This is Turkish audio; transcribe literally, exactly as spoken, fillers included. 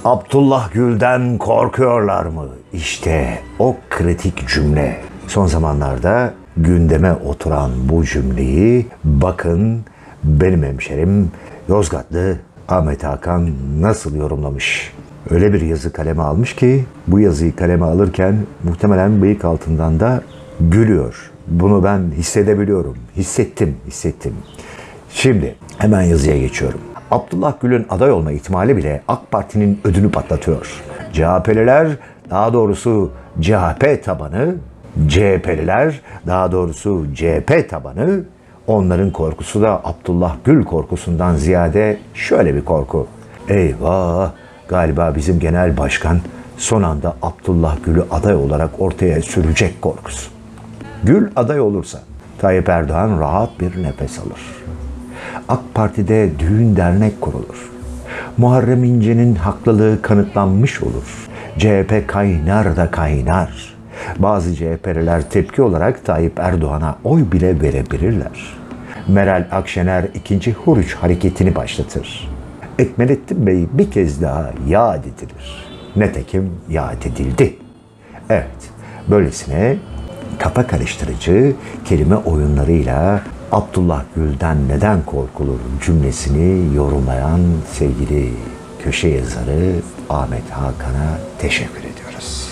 Abdullah Gül'den korkuyorlar mı? İşte o kritik cümle. Son zamanlarda gündeme oturan bu cümleyi bakın benim hemşerim Yozgatlı Ahmet Hakan nasıl yorumlamış. Öyle bir yazı kaleme almış ki bu yazıyı kaleme alırken muhtemelen bıyık altından da gülüyor. Bunu ben hissedebiliyorum. Hissettim, hissettim. Şimdi hemen yazıya geçiyorum. Abdullah Gül'ün aday olma ihtimali bile AK Parti'nin ödünü patlatıyor. C H P'liler, daha doğrusu C H P tabanı, C H P'liler, daha doğrusu C H P tabanı, onların korkusu da Abdullah Gül korkusundan ziyade şöyle bir korku. Eyvah, galiba bizim genel başkan son anda Abdullah Gül'ü aday olarak ortaya sürecek korkusu. Gül aday olursa Tayyip Erdoğan rahat bir nefes alır. AK Parti'de düğün dernek kurulur. Muharrem İnce'nin haklılığı kanıtlanmış olur. C H P kaynar da kaynar. Bazı C H P'liler tepki olarak Tayyip Erdoğan'a oy bile verebilirler. Meral Akşener ikinci Huruç hareketini başlatır. Ekmelettin Bey bir kez daha yad edilir. Nitekim yad edildi. Evet, böylesine kafa karıştırıcı kelime oyunlarıyla Abdullah Gül'den neden korkulur cümlesini yorumlayan sevgili köşe yazarı Ahmet Hakan'a teşekkür ediyoruz.